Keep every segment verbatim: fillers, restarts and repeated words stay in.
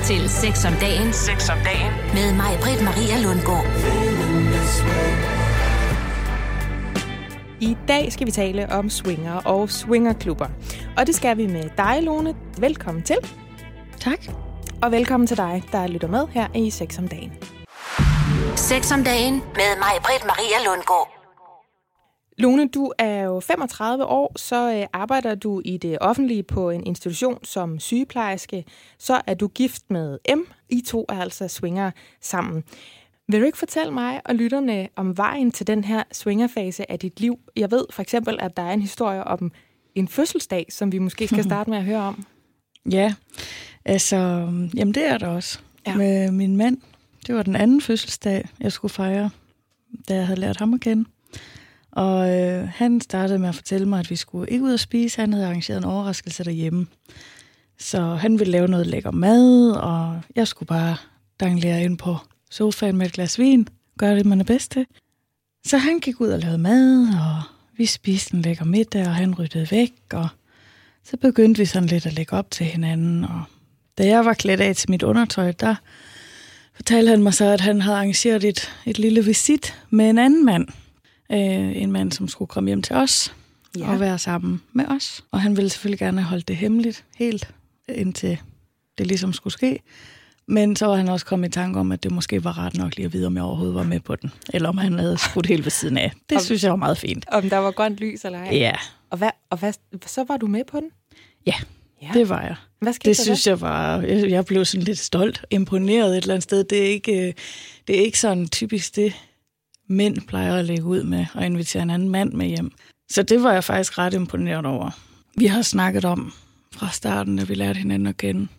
til Sex om dagen. Sex om dagen. Med mig, Britt Maria Lundgaard. I dag skal vi tale om swinger og swingerklubber. Og det skal vi med dig, Lone. Velkommen til. Tak. Og velkommen til dig, der lytter med her i Sex om dagen. Sex om dagen med mig, Britt Maria Lundgaard. Lone, du er jo femogtredive år, så øh, arbejder du i det offentlige på en institution som sygeplejerske. Så er du gift med M. I to er altså swinger sammen. Vil du ikke fortælle mig og lytterne om vejen til den her swingerfase af dit liv? Jeg ved for eksempel, at der er en historie om en fødselsdag, som vi måske skal starte med at høre om. Ja, altså, jamen det er der også. Ja. Med min mand. Det var den anden fødselsdag, jeg skulle fejre, da jeg havde lært ham at kende. Og øh, han startede med at fortælle mig, at vi skulle ikke ud og spise. Han havde arrangeret en overraskelse derhjemme. Så han ville lave noget lækker mad, og jeg skulle bare danglere ind på sofaen med et glas vin. Gøre det, man er bedst til. Så han gik ud og lavede mad, og vi spiste en lækker middag, og han ryddede væk. Og så begyndte vi sådan lidt at lægge op til hinanden. Og da jeg var klædt af til mit undertøj, der fortalte han mig så, at han havde arrangeret et, et lille visit med en anden mand. Øh, en mand, som skulle komme hjem til os ja. og være sammen med os. Og han ville selvfølgelig gerne have holdt det hemmeligt, helt indtil det ligesom skulle ske. Men så var han også kommet i tanke om, at det måske var ret nok lige at vide, om jeg overhovedet var med på den. Eller om han havde skudt helt ved siden af. Det om, synes jeg var meget fint. Om der var grønt lys eller ej? Ja. Og, hvad, og hvad, så var du med på den? Ja, ja. Det var jeg. Hvad skete det der synes der? jeg var... Jeg, jeg blev sådan lidt stolt, imponeret et eller andet sted. Det er ikke, det er ikke sådan typisk det, mænd plejer at lægge ud med og invitere en anden mand med hjem. Så det var jeg faktisk ret imponeret over. Vi har snakket om fra starten, at vi lærte hinanden at kende.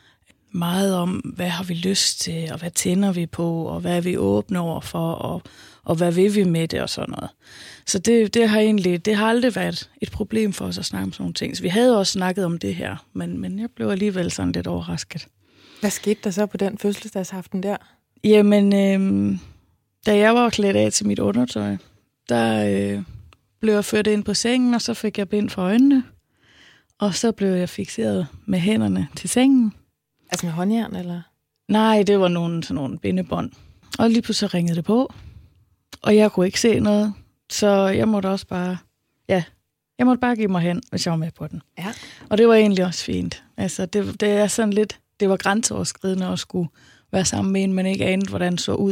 Meget om, hvad har vi lyst til, og hvad tænder vi på, og hvad er vi åbne over for, og, og hvad vil vi med det, og sådan noget. Så det, det har egentlig, det har aldrig været et problem for os at snakke om sådan nogle ting. Så vi havde også snakket om det her, men, men jeg blev alligevel sådan lidt overrasket. Hvad skete der så på den fødselsdagsaften der? Jamen, øh, da jeg var klædt af til mit undertøj, der øh, blev jeg ført ind på sengen, og så fik jeg bind for øjnene, og så blev jeg fikseret med hænderne til sengen. Altså med håndjern, eller? Nej, det var nogle, sådan nogle bindebånd. Og lige pludselig ringede det på, og jeg kunne ikke se noget, så jeg måtte også bare, ja, jeg måtte bare give mig hen, hvis jeg var med på den. Ja. Og det var egentlig også fint. Altså, det, det er sådan lidt, det var grænseoverskridende at skulle være sammen med en, men ikke anede, hvordan det så ud.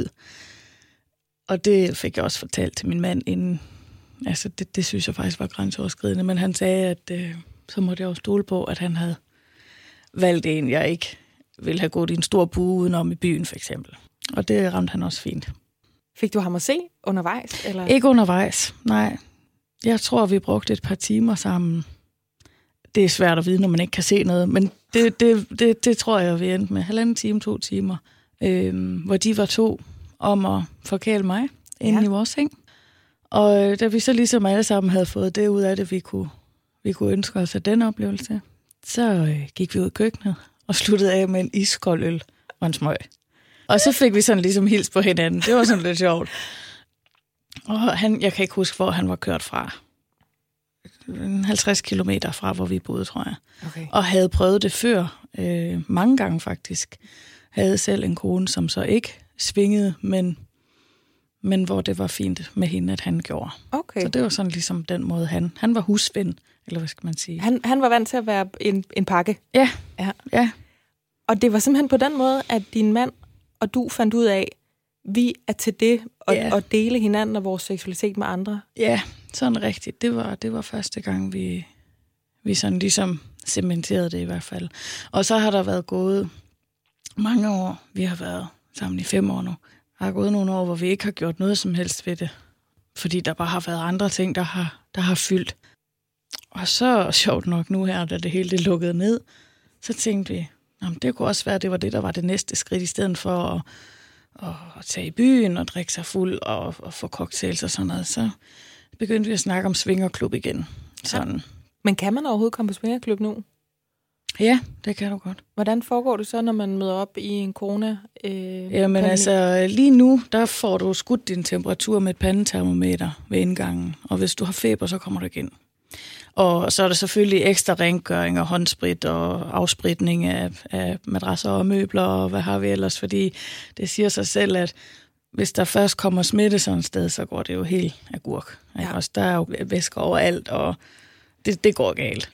Og det fik jeg også fortalt til min mand inden. Altså, det, det synes jeg faktisk var grænseoverskridende, men han sagde, at øh, så måtte jeg jo stole på, at han havde valgt en, jeg ikke ville have gået i en stor bue udenom i byen, for eksempel. Og det ramte han også fint. Fik du ham at se undervejs? Eller? Ikke undervejs, nej. Jeg tror, vi brugte et par timer sammen. Det er svært at vide, når man ikke kan se noget, men det, det, det, det tror jeg, vi endte med. Halvanden time, to timer, øh, hvor de var to om at forkæle mig inde ja. i vores seng. Og da vi så ligesom alle sammen havde fået det ud af det, vi kunne, vi kunne ønske os af den oplevelse, så øh, gik vi ud i køkkenet og sluttede af med en iskold øl og en smøg. Og så fik vi sådan ligesom hils på hinanden. Det var sådan lidt sjovt. Og han, jeg kan ikke huske, hvor han var kørt fra. halvtreds kilometer fra, hvor vi boede, tror jeg. Okay. Og havde prøvet det før, øh, mange gange faktisk. Havde selv en kone, som så ikke svingede, men, men hvor det var fint med hende, at han gjorde. Okay. Så det var sådan ligesom den måde, han, han var husven, eller hvad skal man sige. Han, han var vant til at være en, en pakke? Ja. ja. ja. Og det var simpelthen på den måde, at din mand og du fandt ud af, vi er til det at, ja. at dele hinanden og vores seksualitet med andre? Ja, sådan rigtigt. Det var, det var første gang, vi, vi sådan ligesom cementerede det i hvert fald. Og så har der været gået mange år. Vi har været sammen i fem år nu. Der har gået nogle år, hvor vi ikke har gjort noget som helst ved det. Fordi der bare har været andre ting, der har, der har fyldt. Og så sjovt nok nu her, da det hele det lukkede ned, så tænkte vi, jamen, det kunne også være, at det var det, der var det næste skridt, i stedet for at, at, at tage i byen og drikke sig fuld og, og få cocktails og sådan noget. Så begyndte vi at snakke om swingerklub igen. Sådan. Ja. Men kan man overhovedet komme på swingerklub nu? Ja, det kan du godt. Hvordan foregår det så, når man møder op i en corona? Øh, Jamen altså, lige nu, der får du skudt din temperatur med et pandetermometer ved indgangen. Og hvis du har feber, så kommer du ikke ind. Og så er der selvfølgelig ekstra rengøring og håndsprit og afspritning af, af madrasser og møbler og hvad har vi ellers, fordi det siger sig selv, at hvis der først kommer smitte sådan et sted, så går det jo helt agurk. Ja. Også der er jo væsker overalt, og det, det går galt.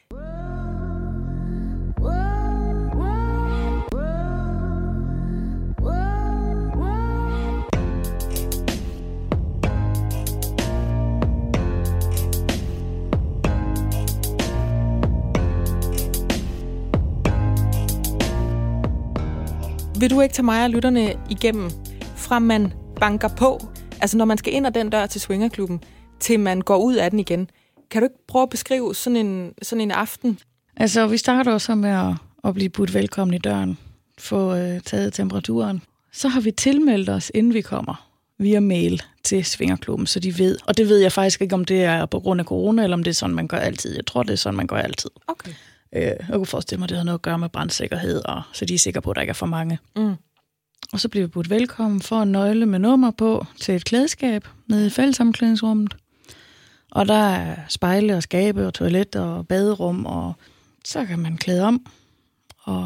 Vil du ikke tage mig og lytterne igennem, fra man banker på, altså når man skal ind ad den dør til swingerklubben, til man går ud af den igen? Kan du ikke prøve at beskrive sådan en, sådan en aften? Altså, vi starter så med at, at blive budt velkommen i døren, få øh, taget temperaturen. Så har vi tilmeldt os, inden vi kommer, via mail til swingerklubben, så de ved. Og det ved jeg faktisk ikke, om det er på grund af corona, eller om det er sådan, man gør altid. Jeg tror, det er sådan, man gør altid. Okay. Jeg kunne forestille mig, at det har noget at gøre med brandsikkerhed, og så de er sikre på, at der ikke er for mange. Mm. Og så bliver vi budt velkommen for en nøgle med nummer på til et klædeskab nede i fællesomklædningsrummet. Og der er spejle og skabe og toilet og baderum, og så kan man klæde om og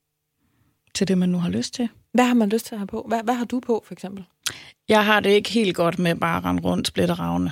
til det, man nu har lyst til. Hvad har man lyst til at have på? Hvad, hvad har du på, for eksempel? Jeg har det ikke helt godt med bare at rende rundt, splitte ravne.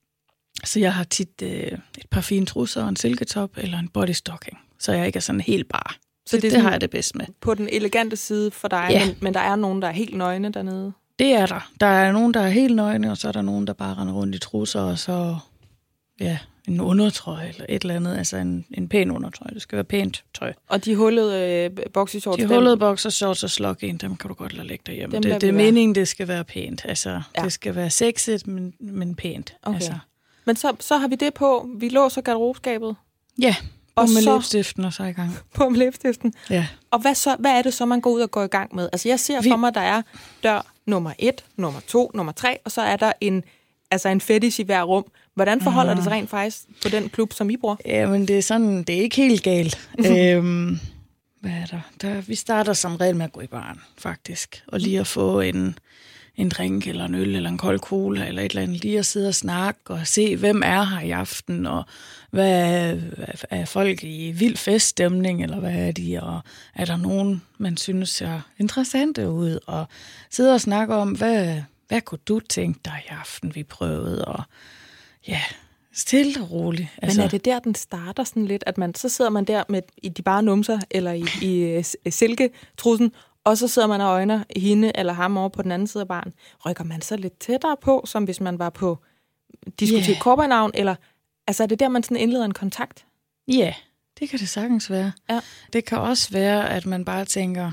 Så jeg har tit øh, et par fine trusser, en silketop eller en bodystocking, så jeg ikke er sådan helt bare. Så det, det, det har jeg det bedst med. På den elegante side for dig, ja. men, men der er nogen, der er helt nøgne dernede? Det er der. Der er nogen, der er helt nøgne, og så er der nogen, der bare render rundt i trusser, og så ja, en undertrøje eller et eller andet. Altså en, en pæn undertrøje. Det skal være pænt tøj. Og de hullede øh, boxershorts? De hullede boxershorts og slog-in, dem kan du godt lade ligge derhjemme. Det, det er meningen, det skal være pænt. Altså, ja. Det skal være sexet, men, men pænt. Okay. Altså. Men så, så har vi det på. Vi låser garderobeskabet. Ja, og, og med så, læbstiften og så i gang. På med læbstiften. Ja. Og hvad, så, hvad er det så, man går ud og går i gang med? Altså jeg ser vi... for mig, der er dør nummer et, nummer to, nummer tre, og så er der en, altså en fetish i hver rum. Hvordan forholder mm. det sig rent faktisk på den klub, som I bruger? Jamen det er sådan, det er ikke helt galt. øhm, hvad er der? der? Vi starter som regel med at gå i baren, faktisk. Og lige at få en... en drink, eller en øl, eller en kold cola, eller et eller andet, lige at sidde og snakke, og se, hvem er her i aften, og hvad er, er folk i vild feststemning, eller hvad er de, og er der nogen, man synes ser interessante ud, og sidde og snakke om, hvad, hvad kunne du tænke dig i aften, vi prøvede, og ja, stille og roligt. Altså. Men er det der, den starter sådan lidt, at man, så sidder man der med i de bare numser, eller i, i, i silketrussen, og så sidder man og øjner hende eller ham over på den anden side af baren. Rykker man så lidt tættere på, som hvis man var på diskotek yeah. Korpernavn, eller altså er det der, man sådan indleder en kontakt? Ja, yeah, det kan det sagtens være. Ja. Det kan også være, at man bare tænker,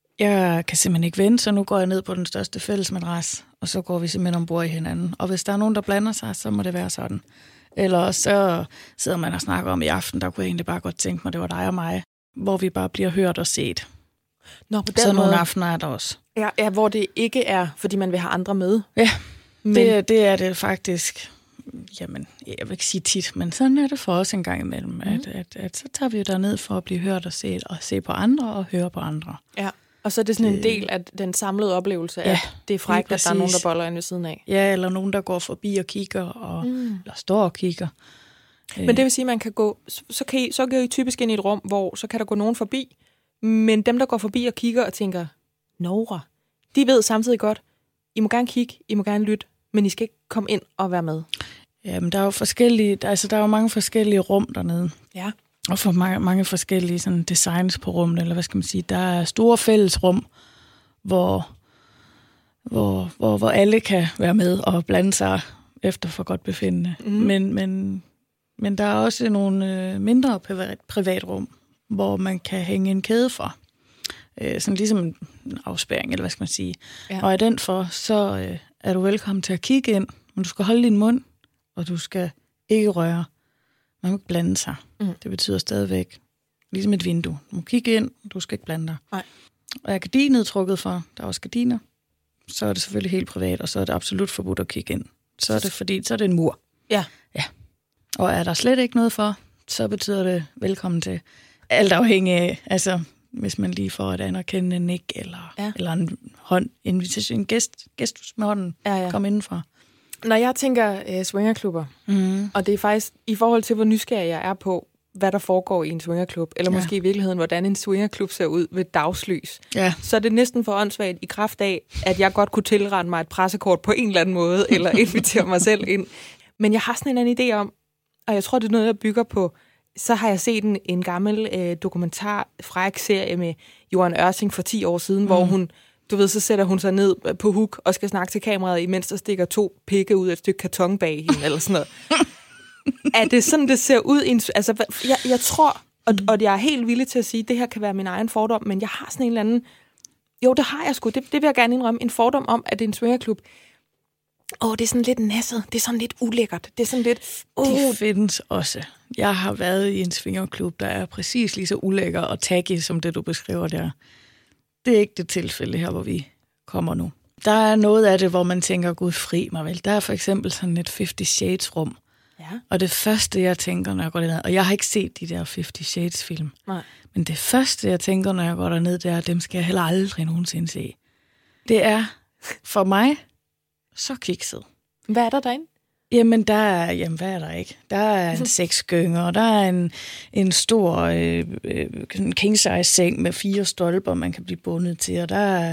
jeg kan simpelthen ikke vente, så nu går jeg ned på den største fællesmadras, og så går vi simpelthen ombord i hinanden. Og hvis der er nogen, der blander sig, så må det være sådan. Eller så sidder man og snakker om i aften, der kunne jeg egentlig bare godt tænke mig, det var dig og mig, hvor vi bare bliver hørt og set. Nå, på den så måde. nogle aftener er der også. Ja, ja, hvor det ikke er, fordi man vil have andre med. Ja, men... det, det er det faktisk. Jamen, jeg vil ikke sige tit, men sådan er det for os en gang imellem. Mm. At, at, at så tager vi jo derned for at blive hørt og set, og se på andre og høre på andre. Ja, og så er det sådan det... en del af den samlede oplevelse, ja, at det er frækt, at der er nogen, der boller ind ved siden af. Ja, eller nogen, der går forbi og kigger, og, mm. eller står og kigger. Men det vil sige, at man kan gå, så kan I, så går I typisk ind i et rum, hvor så kan der gå nogen forbi, men dem, der går forbi og kigger og tænker, Nora, de ved samtidig godt, I må gerne kigge, I må gerne lytte, men I skal ikke komme ind og være med. Jamen, der er jo forskellige, altså der er jo mange forskellige rum dernede. Ja. Og for mange, mange forskellige sådan, designs på rummet, eller hvad skal man sige. Der er store fællesrum, hvor, hvor, hvor, hvor alle kan være med og blande sig efter for godt befindende. Mm. Men, men, men der er også nogle mindre privat, privatrum, hvor man kan hænge en kæde for. Øh, sådan ligesom en afspærring, eller hvad skal man sige. Ja. Og i den for, så øh, er du velkommen til at kigge ind, men du skal holde din mund, og du skal ikke røre. Man må ikke blande sig. Mm. Det betyder stadigvæk, ligesom et vindue. Du må kigge ind, du skal ikke blande dig. Nej. Og er gardinet trukket for, der er også gardiner, så er det selvfølgelig helt privat, og så er det absolut forbudt at kigge ind. Så er det fordi, så er det en mur. Ja. Ja. Og er der slet ikke noget for, så betyder det velkommen til. Alt afhængig af, altså hvis man lige får et anerkendende nik, eller, ja. eller en hånd, invitation, en gæst, gæstus med hånden, ja, ja. Kom indenfor. Når jeg tænker uh, swingerklubber, mm. og det er faktisk i forhold til, hvor nysgerrig jeg er på, hvad der foregår i en swingerklub, eller ja. måske i virkeligheden, hvordan en swingerklub ser ud ved dagslys, ja. så er det næsten for åndssvagt i kraft af, at jeg godt kunne tilrette mig et pressekort på en eller anden måde, eller invitere mig selv ind. Men jeg har sådan en anden idé om, og jeg tror, det er noget, jeg bygger på, så har jeg set en, en gammel øh, dokumentar fra serie med Johan Ørsing for ti år siden, mm. hvor hun, du ved, så sætter hun sig ned på hook og skal snakke til kameraet, imens der stikker to pikke ud af et stykke karton bag hende, eller sådan noget. Er det sådan, det ser ud? En, altså, jeg, jeg tror, og, og jeg er helt villig til at sige, at det her kan være min egen fordom, men jeg har sådan en eller anden... Jo, det har jeg sgu. Det, det vil jeg gerne indrømme. En fordom om, at det er en swingerklub. Åh, det er sådan lidt nasset. Det er sådan lidt ulækkert. Det er sådan lidt... Oh. De findes også. Jeg har været i en swingerklub, der er præcis lige så ulækker og taggy, som det, du beskriver der. Det er ikke det tilfælde her, hvor vi kommer nu. Der er noget af det, hvor man tænker, gud fri mig vel. Der er for eksempel sådan et Fifty Shades-rum. Ja. Og det første, jeg tænker, når jeg går derned, og jeg har ikke set de der Fifty Shades-film, nej. Men det første, jeg tænker, når jeg går derned, det er, dem skal jeg heller aldrig nogensinde se. Det er for mig så kikset. Hvad er der derinde? Jamen, der er, jamen, hvad er der ikke? Der er en sexgynge, og der er en, en stor øh, øh, king-size-seng med fire stolper, man kan blive bundet til, og der er...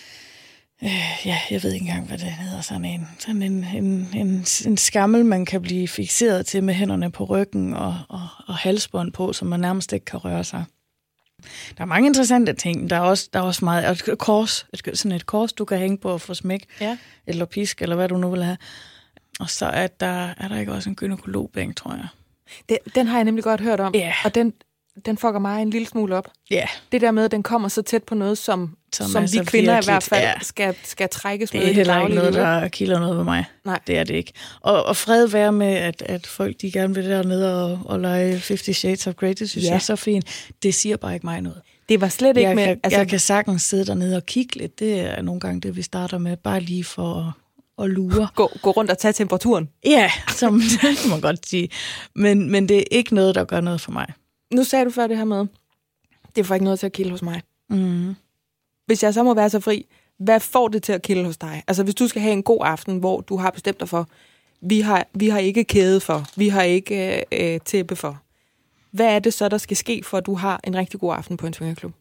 Øh, ja, jeg ved ikke engang, hvad det hedder. Sådan en, sådan en, en, en, en skammel, man kan blive fikseret til med hænderne på ryggen og, og, og halsbånd på, så man nærmest ikke kan røre sig. Der er mange interessante ting. Der er også, der er også meget... Et kors, et, sådan et kors, du kan hænge på og få smæk, ja. Eller pisk, eller hvad du nu vil have. Og så er der, er der ikke også en gynekologbænk, tror jeg. Den, den har jeg nemlig godt hørt om, yeah. og den, den fucker mig en lille smule op. Yeah. Det der med, at den kommer så tæt på noget, som, som, som vi kvinder i hvert fald ja. skal, skal trækkes med i det daglige. Det er heller ikke noget, der kilder noget ved mig. Nej. Det er det ikke. Og, og fred være med, at, at folk de gerne vil dernede og, og lege Fifty Shades of Grey, det synes ja. jeg er så fint. Det siger bare ikke mig noget. Det var slet ikke jeg med... Kan, altså... Jeg kan sagtens sidde dernede og kigge lidt. Det er nogle gange det, vi starter med, bare lige for at og lure. Gå, gå rundt og tage temperaturen. Ja, som det kan man godt sige. Men, men det er ikke noget, der gør noget for mig. Nu sagde du før det her med, det får ikke noget til at kilde hos mig. Mm. Hvis jeg så må være så fri, hvad får det til at kilde hos dig? Altså hvis du skal have en god aften, hvor du har bestemt dig for, vi har, vi har ikke kæde for, vi har ikke øh, tæppe for. Hvad er det så, der skal ske, for at du har en rigtig god aften på en swingerklub?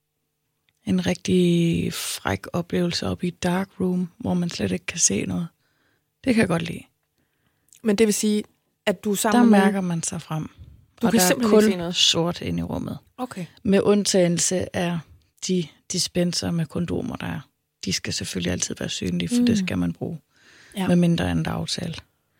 En rigtig fræk oplevelse op i et dark room, hvor man slet ikke kan se noget. Det kan jeg godt lide. Men det vil sige, at du sammen der med... Der mærker man sig frem. Du og kan der simpelthen er ikke kun se noget. Sort inde i rummet. Okay. Med undtagelse af de dispenser med kondomer, der er. De skal selvfølgelig altid være synlige, for mm. det skal man bruge. Ja. Med mindre end aftale.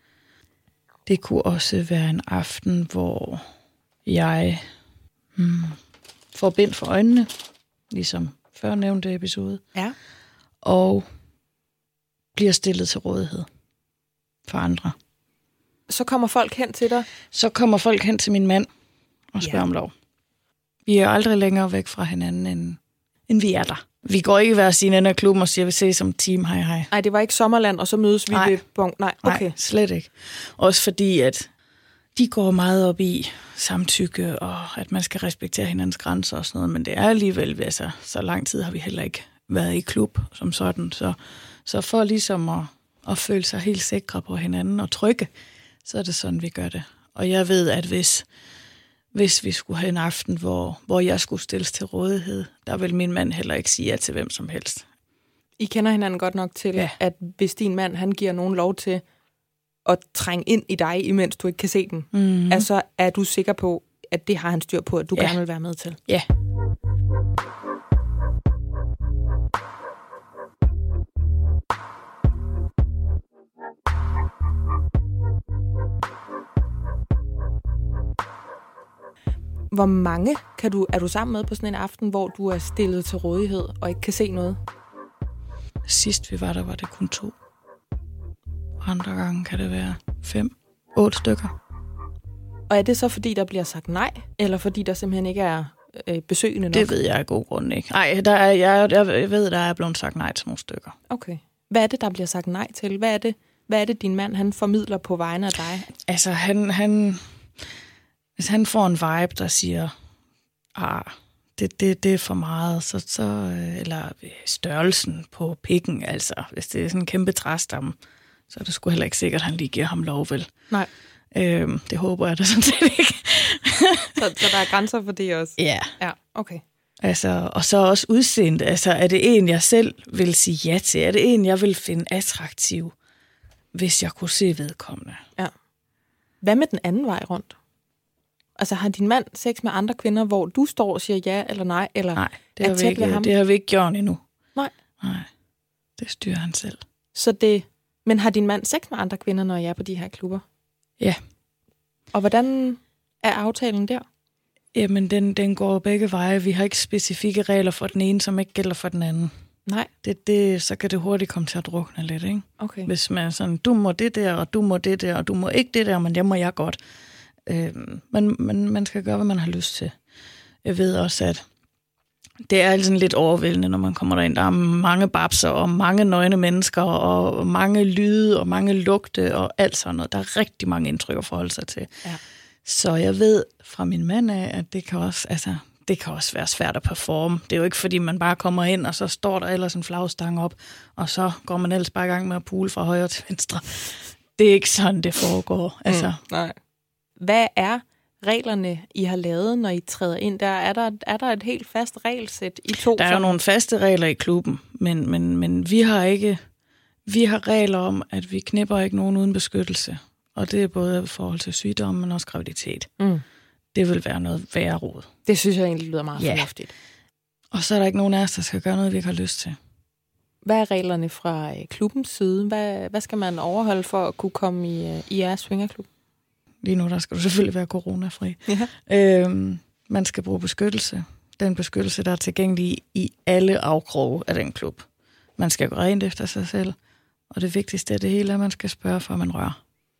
Det kunne også være en aften, hvor jeg hmm, får bind for øjnene, ligesom før nævnte episode, ja. og bliver stillet til rådighed for andre. Så kommer folk hen til dig? Så kommer folk hen til min mand og spørger ja. om lov. Vi er aldrig længere væk fra hinanden, end, end vi er der. Vi går ikke hver sin ende af klubben og siger, vi ses som team, hej hej. Nej, det var ikke sommerland, og så mødes vi Nej. ved bonk. Nej, okay. Nej, slet ikke. Også fordi, at de går meget op i samtykke, og at man skal respektere hinandens grænser og sådan noget, men det er alligevel, altså, så lang tid har vi heller ikke været i klub som sådan, så, så for ligesom at, at føle sig helt sikre på hinanden og trygge, så er det sådan, vi gør det. Og jeg ved, at hvis, hvis vi skulle have en aften, hvor, hvor jeg skulle stilles til rådighed, der vil min mand heller ikke sige ja til hvem som helst. I kender hinanden godt nok til, ja. at hvis din mand, han giver nogen lov til at trænge ind i dig, imens du ikke kan se den, mm-hmm. altså er du sikker på, at det har han styr på, at du ja. gerne vil være med til? Ja. Hvor mange kan du, er du sammen med på sådan en aften, hvor du er stillet til rådighed og ikke kan se noget? Sidst vi var der, var det kun to. Andre gange kan det være fem, otte stykker. Og er det så, fordi der bliver sagt nej, eller fordi der simpelthen ikke er øh, besøgende nok? Det ved jeg af god grund ikke. Nej, der er, jeg, jeg ved, der er blevet sagt nej til nogle stykker. Okay. Hvad er det, der bliver sagt nej til? Hvad er det, hvad er det din mand han formidler på vegne af dig? Altså, han, han, hvis han får en vibe, der siger, ah, det, det, det er for meget, så, så, eller størrelsen på pikken, altså, hvis det er sådan en kæmpe træstamme, så er det sgu heller ikke sikkert, at han lige giver ham lov, vel? Nej. Øhm, det håber jeg da sådan set ikke. så, så der er grænser for det også? Ja. Ja, okay. Altså, og så også udseende. Altså, er det en, jeg selv vil sige ja til? Er det en, jeg vil finde attraktiv, hvis jeg kunne se vedkommende? Ja. Hvad med den anden vej rundt? Altså, har din mand sex med andre kvinder, hvor du står og siger ja eller nej? Eller nej, det har, vi ikke, ham? det har vi ikke gjort endnu. Nej. Nej, det styrer han selv. Så det... Men har din mand sex med andre kvinder, når jeg er på de her klubber? Ja. Og hvordan er aftalen der? Jamen, den, den går begge veje. Vi har ikke specifikke regler for den ene, som ikke gælder for den anden. Nej. Det, det, så kan det hurtigt komme til at drukne lidt, ikke? Okay. Hvis man er sådan, du må det der, og du må det der, og du må ikke det der, men det må jeg godt. Øhm, men, men man skal gøre, hvad man har lyst til. Jeg ved også, at det er sådan lidt overvældende, når man kommer derind. Der er mange babser, og mange nøgne mennesker, og mange lyde, og mange lugte, og alt sådan noget. Der er rigtig mange indtryk at forholde sig til. Ja. Så jeg ved fra min mand af, at det kan også, altså, det kan også være svært at performe. Det er jo ikke, fordi man bare kommer ind, og så står der ellers en flagstang op, og så går man ellers bare i gang med at pule fra højre til venstre. Det er ikke sådan, det foregår. Altså. Mm, nej. Hvad er reglerne, I har lavet, når I træder ind der? Er der, er der et helt fast regelsæt i to? Der er jo nogle faste regler i klubben, men, men, men vi har ikke, vi har regler om, at vi knipper ikke nogen uden beskyttelse. Og det er både i forhold til sygdom, men også graviditet. Mm. Det vil være noget værre råd. Det synes jeg egentlig lyder meget ja. fornuftigt. Og så er der ikke nogen af os, der skal gøre noget, vi ikke har lyst til. Hvad er reglerne fra klubbens side? Hvad, hvad skal man overholde for at kunne komme i, i jeres swingerklub? Lige nu der skal du selvfølgelig være coronafri. Ja. Øhm, man skal bruge beskyttelse. Den beskyttelse, der er tilgængelig i alle afkroge af den klub. Man skal gå rent efter sig selv. Og det vigtigste af det hele er, at man skal spørge, før man rører.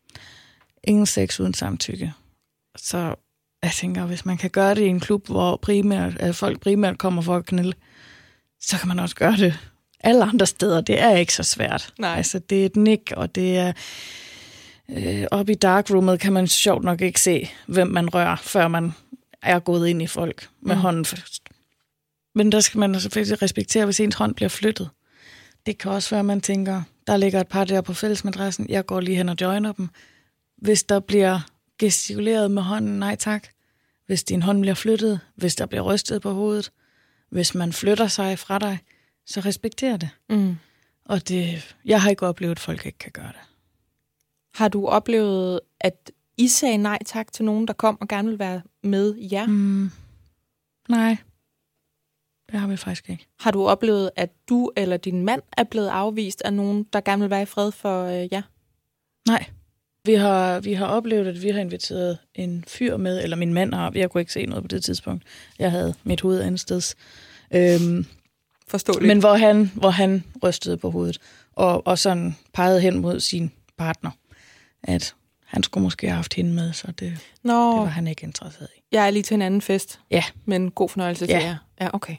Ingen sex uden samtykke. Så jeg tænker, hvis man kan gøre det i en klub, hvor primært, at folk primært kommer for at knælde, så kan man også gøre det alle andre steder. Det er ikke så svært. Nej. Altså, det er et nik, og det er... Øh, oppe i darkroomet kan man sjovt nok ikke se, hvem man rører, før man er gået ind i folk med mm. hånden først. Men der skal man selvfølgelig respektere, hvis ens hånd bliver flyttet. Det kan også være, at man tænker, der ligger et par der på fællesmadrassen, jeg går lige hen og joiner dem. Hvis der bliver gestikuleret med hånden, nej tak. Hvis din hånd bliver flyttet, hvis der bliver rystet på hovedet, hvis man flytter sig fra dig, så respekter det. Mm. Og det, jeg har ikke oplevet, at folk ikke kan gøre det. Har du oplevet, at I sagde nej tak til nogen, der kom og gerne vil være med jer? Mm. Nej, det har vi faktisk ikke. Har du oplevet, at du eller din mand er blevet afvist af nogen, der gerne vil være i fred for øh, jer? Nej. Vi har, vi har oplevet, at vi har inviteret en fyr med, eller min mand har, jeg kunne ikke se noget på det tidspunkt. Jeg havde mit hoved andet sted. Øhm, Forståeligt. Men hvor han, hvor han rystede på hovedet, og, og sådan pegede hen mod sin partner, at han skulle måske have haft hende med, så det, Nå. det var han ikke interesseret i. Jeg er lige til en anden fest. Ja. Men god fornøjelse til ja. jer. Ja, okay.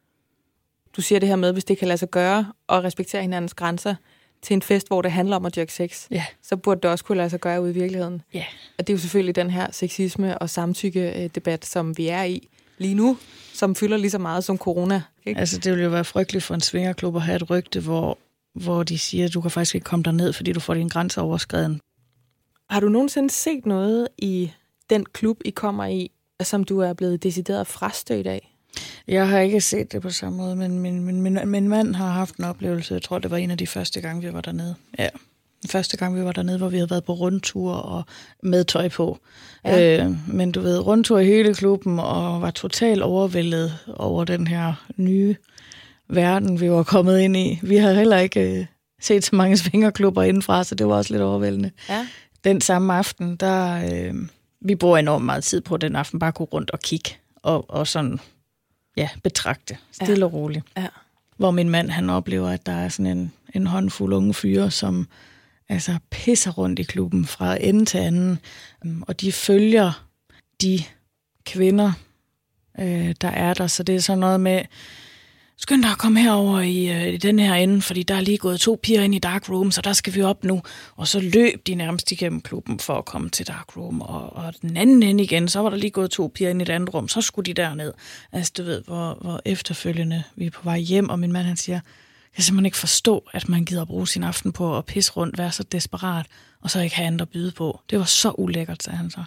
Du siger det her med, hvis det kan lade sig gøre, og respektere hinandens grænser til en fest, hvor det handler om at dyrke sex, ja. så burde det også kunne lade sig gøre ude i virkeligheden. Ja. Og det er jo selvfølgelig den her sexisme- og samtykke-debat, som vi er i lige nu, som fylder lige så meget som corona. Ikke? Altså, det ville jo være frygteligt for en swingerklub at have et rygte, hvor, hvor de siger, at du kan faktisk ikke komme derned, fordi du får dine grænser overskreden. Har du nogensinde set noget i den klub, I kommer i, som du er blevet decideret frastødt af? Jeg har ikke set det på samme måde, men min, min, min, min mand har haft en oplevelse. Jeg tror, det var en af de første gange, vi var dernede. Ja, den første gang, vi var dernede, hvor vi havde været på rundtur og med tøj på. Ja. Øh, men du ved, rundtur i hele klubben og var totalt overvældet over den her nye verden, vi var kommet ind i. Vi har heller ikke øh, set så mange svingerklubber indenfra, så det var også lidt overvældende. Ja. Den samme aften, der øh, vi bruger enormt meget tid på den aften, bare gå rundt og kigge og, og sådan... Ja, betragte. Stille ja. og roligt. Ja. Hvor min mand, han oplever, at der er sådan en, en håndfuld unge fyre, som altså pisser rundt i klubben fra ende til anden. Og de følger de kvinder, øh, der er der. Så det er sådan noget med, skynd dig at komme herover i, øh, i den her ende, fordi der er lige gået to piger ind i dark room, så der skal vi op nu. Og så løb de nærmest igennem klubben for at komme til dark room. Og, og den anden ende igen, så var der lige gået to piger ind i et andet rum, så skulle de derned. Altså du ved, hvor, hvor efterfølgende vi er på vej hjem, og min mand han siger, kan simpelthen ikke forstå, at man gider bruge sin aften på at pisse rundt, være så desperat, og så ikke have andet at byde på. Det var så ulækkert, sagde han så.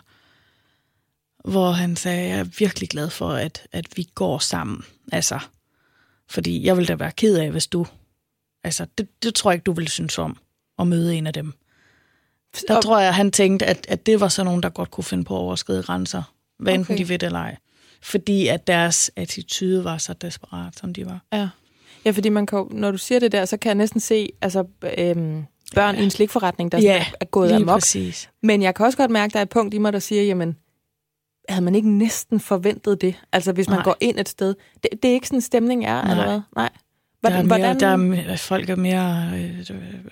Hvor han sagde, jeg er virkelig glad for, at, at vi går sammen. Altså, fordi jeg ville da være ked af, hvis du... Altså, det, det tror jeg ikke, du ville synes om, at møde en af dem. Der og... tror jeg, han tænkte, at, at det var så nogen, der godt kunne finde på at overskride grænser, hvad enten okay. de ved det eller ej. Fordi at deres attitude var så desperat, som de var. Ja, ja fordi man kan, når du siger det der, så kan jeg næsten se altså, øhm, børn ja. i en slikforretning, der ja, er gået amok. Præcis. Men jeg kan også godt mærke, at der er et punkt i mig, der siger, jamen, havde man ikke næsten forventet det? Altså, hvis man Nej. går ind et sted. Det, det er ikke sådan, en stemning er, Nej. eller hvad? Nej. Hvordan, der er mere, hvordan... der er, folk er mere øh,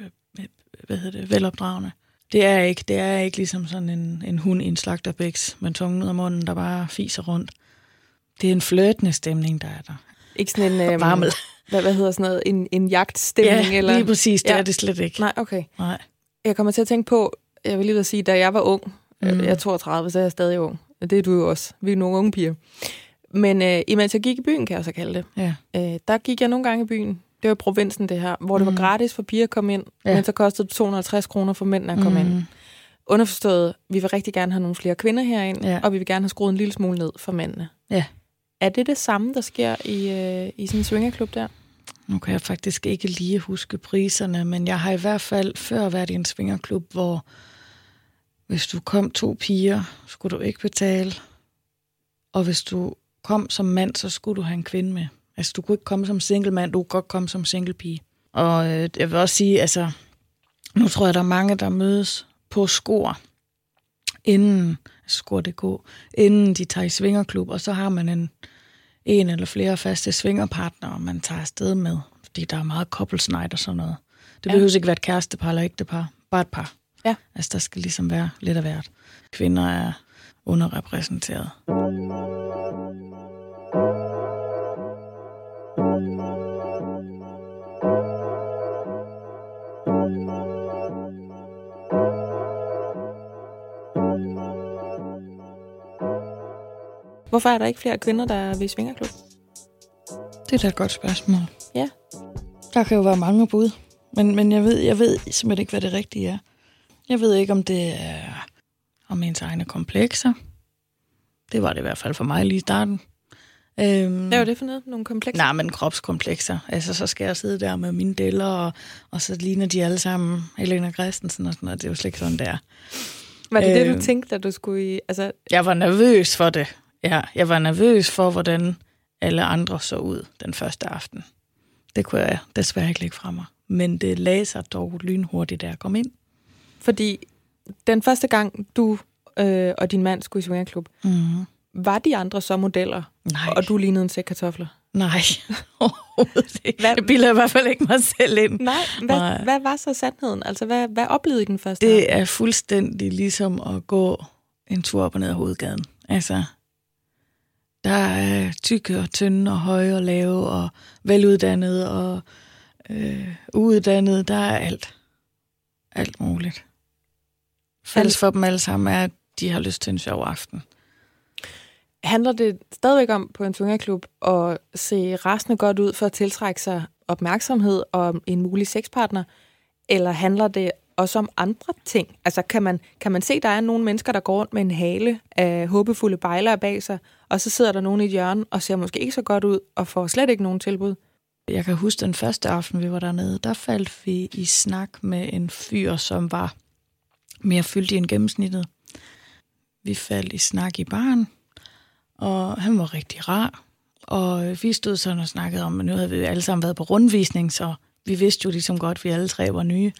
hvad hedder det, velopdragende. Det er ikke, det er ikke ligesom sådan en, en hund i en slagterbæks med tungen ud af munden, der bare fiser rundt. Det er en flirtende stemning, der er der. Ikke sådan en... Øhm, hvad, hvad hedder sådan noget? En, en jagtstemning? Ja, eller? lige præcis. Det ja. er det slet ikke. Nej, okay. Nej. Jeg kommer til at tænke på, jeg vil lige vil sige, da jeg var ung, mm. jeg er toogtredive, så er jeg stadig ung. Det er du jo også. Vi er nogle unge piger. Men øh, imens jeg gik i byen, kan jeg så kalde det, ja. øh, der gik jeg nogle gange i byen. Det var i provinsen, det her, hvor det var gratis for piger at komme ind, ja. men så kostede det to hundrede og halvtreds kroner for mændene at komme mm. ind. Underforstået, vi vil rigtig gerne have nogle flere kvinder herind, ja. og vi vil gerne have skruet en lille smule ned for mændene. Ja. Er det det samme, der sker i, øh, i sådan en swingerklub der? Nu kan jeg faktisk ikke lige huske priserne, men jeg har i hvert fald før været i en swingerklub, hvor hvis du kom to piger, skulle du ikke betale. Og hvis du kom som mand, så skulle du have en kvinde med. Altså, du kunne ikke komme som single mand, du kunne godt komme som single pige. Og øh, jeg vil også sige, altså, nu tror jeg, der er mange, der mødes på Skor, inden, Skor punktum d k, inden de tager i swingerklub, og så har man en, en eller flere faste swingerpartnere, man tager afsted med, fordi der er meget couples night og sådan noget. Det behøver ja. ikke være et kærestepar eller ægtepar, bare et par. Ja. Altså, der skal ligesom være lidt af hvert. Kvinder er underrepræsenteret. Hvorfor er der ikke flere kvinder, der er ved swingerklub? Det er da et godt spørgsmål. Ja. Der kan jo være mange bud, men, men jeg ved, jeg ved simpelthen ikke, hvad det rigtige er. Jeg ved ikke, om det er om ens egne komplekser. Det var det i hvert fald for mig lige i starten. Øhm, Hvad var det for noget? Nogle komplekser? Nej, men kropskomplekser. Altså, så skal jeg sidde der med mine deller, og, og så ligner de alle sammen Helena Christensen og sådan noget. Det er jo slet ikke sådan, der. Var det øhm, det, du tænkte, at du skulle i... Altså... Jeg var nervøs for det. Ja, jeg var nervøs for, hvordan alle andre så ud den første aften. Det kunne jeg desværre ikke lægge fra mig. Men det lagde sig dog lynhurtigt, da jeg kom ind. Fordi den første gang, du øh, og din mand skulle i swingerklub, mm-hmm. var de andre så modeller? Nej. Og du lignede en sæk kartofler? Nej, overhovedet ikke. Hvad? Det bilder i hvert fald ikke mig selv ind. Nej, hvad, Nej. hvad var så sandheden? Altså, hvad, hvad oplevede I den første Det aften? er fuldstændig ligesom at gå en tur op og ned ad hovedgaden. Altså, der er tykke og tynde og høje og lave og veluddannede og øh, uuddannede. Der er alt. Alt muligt. Fælles for dem alle sammen er, at de har lyst til en sjov aften. Handler det stadigvæk om på en swingerklub at se rasende godt ud for at tiltrække sig opmærksomhed og en mulig sexpartner? Eller handler det også om andre ting? Altså kan man, kan man se, at der er nogle mennesker, der går rundt med en hale af håbefulde bejlere bag sig, og så sidder der nogen i et hjørne og ser måske ikke så godt ud og får slet ikke nogen tilbud? Jeg kan huske den første aften, vi var dernede, der faldt vi i snak med en fyr, som var mere fyldig end gennemsnittet. Vi faldt i snak i baren, og han var rigtig rar. Og vi stod sådan og snakkede om, at nu havde vi alle sammen været på rundvisning, så vi vidste jo ligesom godt, at vi alle tre var nye.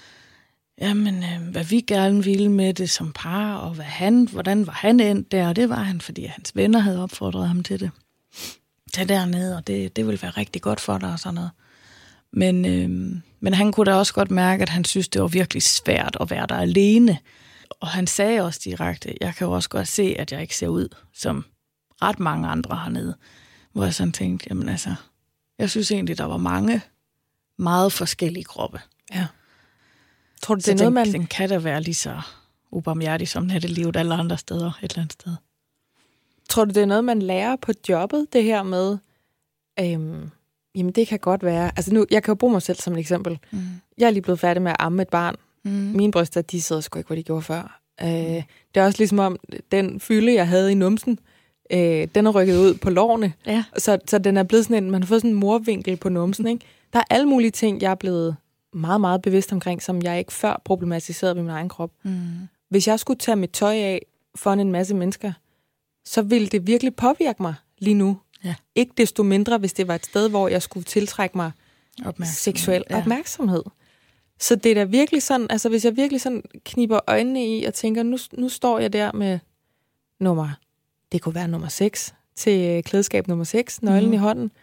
Jamen, øh, hvad vi gerne ville med det som par, og hvad han, hvordan var han endt der, og det var han, fordi hans venner havde opfordret ham til det. Tag dernede, og det, det ville være rigtig godt for dig og sådan noget. Men, øh, men han kunne da også godt mærke, at han synes, det var virkelig svært at være der alene. Og han sagde også direkte, jeg kan jo også godt se, at jeg ikke ser ud som ret mange andre hernede. Hvor jeg sådan tænkte, jamen altså, jeg synes egentlig, der var mange meget forskellige kroppe. Ja. Tror du, det så er noget, den, man... den kan da være lige så ubarmhjertig som nattelivet alle andre steder, et eller andet sted. Tror du, det er noget, man lærer på jobbet, det her med, øhm, Jamen, det kan godt være. Altså nu, jeg kan jo bruge mig selv som et eksempel. Mm. Jeg er lige blevet færdig med at amme et barn. Mm. Mine bryster, de sidder sgu ikke, hvor de gjorde før. Mm. Øh, det er også ligesom om, den fylde, jeg havde i numsen, øh, den er rykket ud på lårene. Ja. Så, så den er blevet sådan en, man har fået sådan en morvinkel på numsen, ikke? Der er alle mulige ting, jeg er blevet meget, meget bevidst omkring, som jeg ikke før problematiserede ved min egen krop. Mm. Hvis jeg skulle tage mit tøj af foran en masse mennesker, så ville det virkelig påvirke mig lige nu. Ja. Ikke desto mindre, hvis det var et sted, hvor jeg skulle tiltrække mig seksuel ja. opmærksomhed. Så det er da virkelig sådan, altså hvis jeg virkelig sådan kniber øjnene i og tænker, nu, nu står jeg der med nummer, det kunne være nummer seks, til klædeskab nummer seks, nøglen mm. i hånden.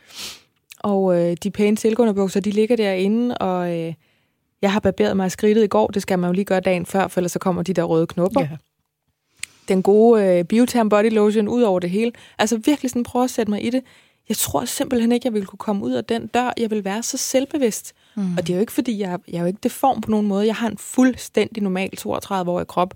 Og øh, de pæne silkeunderbukser, de ligger derinde, og øh, jeg har barberet mig i skridtet i går, det skal man jo lige gøre dagen før, for ellers så kommer de der røde knopper. Ja. Den gode øh, Bioterm Body Lotion ud over det hele. Altså virkelig sådan prøve at sætte mig i det. Jeg tror simpelthen ikke, jeg ville kunne komme ud af den dør. Jeg vil være så selvbevidst. Mm. Og det er jo ikke, fordi jeg, jeg er jo ikke deform på nogen måde. Jeg har en fuldstændig normal toogtredive-årig krop.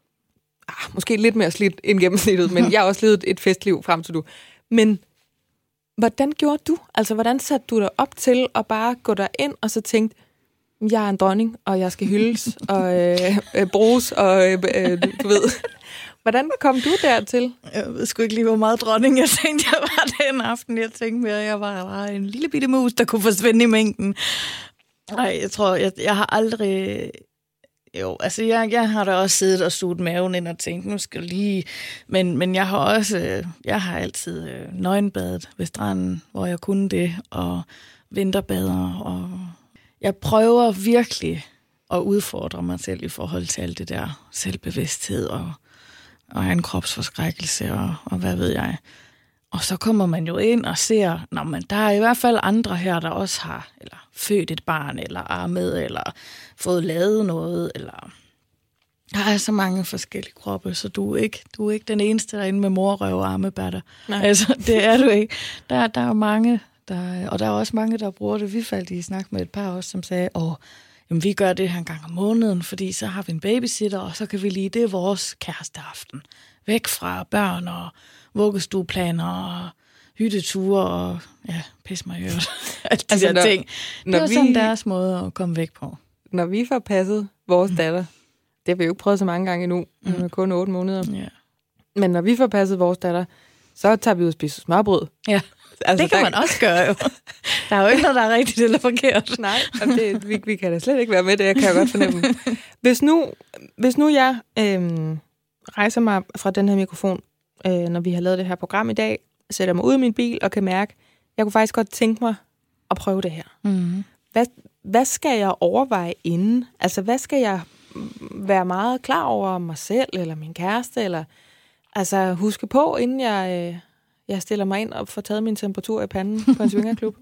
Ah, måske lidt mere slidt end gennemsnittet, men jeg har også levet et festliv frem til du. Men hvordan gjorde du? Altså, hvordan satte du dig op til at bare gå derind og så tænkte, jeg er en dronning, og jeg skal hyldes og øh, øh, bruges, og øh, øh, du ved... Hvordan kom du dertil? Jeg ved sgu ikke lige, hvor meget dronning jeg tænkte, jeg var den aften. Jeg tænkte mere, at jeg var, var en lille bitte mus, der kunne forsvinde i mængden. Nej, jeg tror, jeg, jeg har aldrig... Jo, altså jeg, jeg har da også siddet og suget maven ind og tænkt, nu skal jeg lige... Men, men jeg har også... Jeg har altid nøgenbadet ved stranden, hvor jeg kunne det, og vinterbader, og... Jeg prøver virkelig at udfordre mig selv i forhold til alt det der selvbevidsthed og... og en kropsforskrækkelse, og, og hvad ved jeg. Og så kommer man jo ind og ser, nå, men der er i hvert fald andre her, der også har eller født et barn, eller armet, eller fået lavet noget, eller... Der er så mange forskellige kroppe, så du er ikke, du er ikke den eneste derinde med morrøv og armebatter. Altså, det er du ikke. Der, der er mange, der, og der er også mange, der bruger det. Vi faldt i snak med et par også, som sagde, åh, jamen, vi gør det her en gang om måneden, fordi så har vi en babysitter, og så kan vi lige, det er vores kæresteaften. Væk fra børn og vuggestueplaner og hytteture og ja, pis mig i øvrigt. Alt de altså, der når, ting. Det var vi, sådan deres måde at komme væk på. Når vi får passet vores mm. datter, det har vi jo ikke prøvet så mange gange endnu, mm. hun er kun otte måneder. Yeah. Men når vi får passet vores datter, så tager vi ud og spiser smørbrød. Ja. Altså, det kan der... man også gøre jo. Der er jo ikke noget, der er rigtigt eller forkert. Nej, det, vi, vi kan da slet ikke være med det, jeg kan jo godt fornemme. Hvis nu, hvis nu jeg øhm, rejser mig fra den her mikrofon, øh, når vi har lavet det her program i dag, sætter mig ud i min bil og kan mærke, jeg kunne faktisk godt tænke mig at prøve det her. Mm-hmm. Hvad, hvad skal jeg overveje inden? Altså, hvad skal jeg være meget klar over mig selv, eller min kæreste, eller altså huske på, inden jeg... Øh, Jeg stiller mig ind og får taget min temperatur i panden på en swingerklub.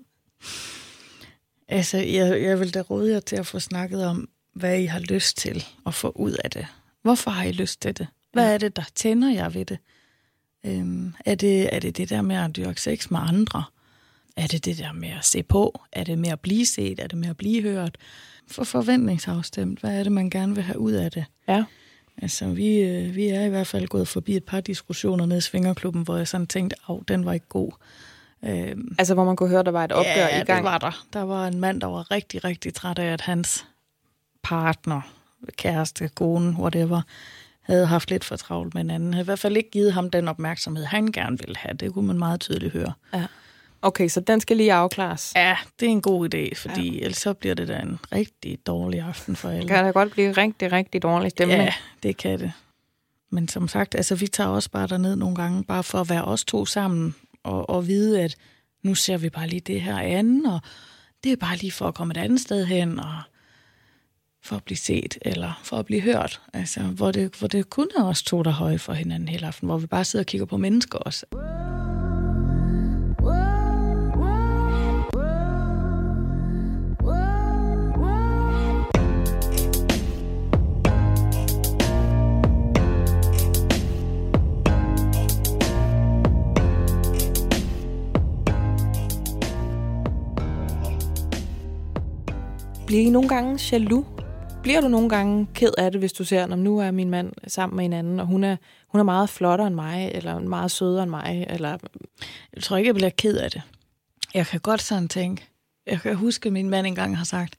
Altså, jeg, jeg vil da råde jer til at få snakket om, hvad I har lyst til at få ud af det. Hvorfor har I lyst til det? Hvad er det, der tænder jer ved det? Øhm, er det, er det det der med at dyrke sex med andre? Er det det der med at se på? Er det med at blive set? Er det med at blive hørt? For forventningsafstemt, hvad er det, man gerne vil have ud af det? Ja. Altså, vi, øh, vi er i hvert fald gået forbi et par diskussioner nede i Svingerklubben, hvor jeg sådan tænkte, at den var ikke god. Øhm, altså, hvor man kunne høre, der var et opgør ja, i gang? det var der. Der var en mand, der var rigtig, rigtig træt af, at hans partner, kæreste, kone, whatever, havde haft lidt for travlt med en anden. Havde i hvert fald ikke givet ham den opmærksomhed, han gerne ville have. Det kunne man meget tydeligt høre. Ja. Okay, så den skal lige afklares. Ja, det er en god idé, fordi ja. ellers så bliver det da en rigtig dårlig aften for alle. Det kan da godt blive rigtig, rigtig dårlig stemning. Ja, det kan det. Men som sagt, altså vi tager også bare derned nogle gange, bare for at være os to sammen, og, og vide, at nu ser vi bare lige det her andet, og det er bare lige for at komme et andet sted hen, og for at blive set, eller for at blive hørt. Altså, hvor det, hvor det kun er os to, der høje for hinanden hele aften, hvor vi bare sidder og kigger på mennesker også. Bliver I nogle gange jaloux? Bliver du nogle gange ked af det, hvis du ser, når nu er min mand sammen med en anden, og hun er, hun er meget flottere end mig, eller meget sødere end mig? Eller... Jeg tror ikke, jeg bliver ked af det. Jeg kan godt sådan tænke, jeg kan huske, at min mand engang har sagt,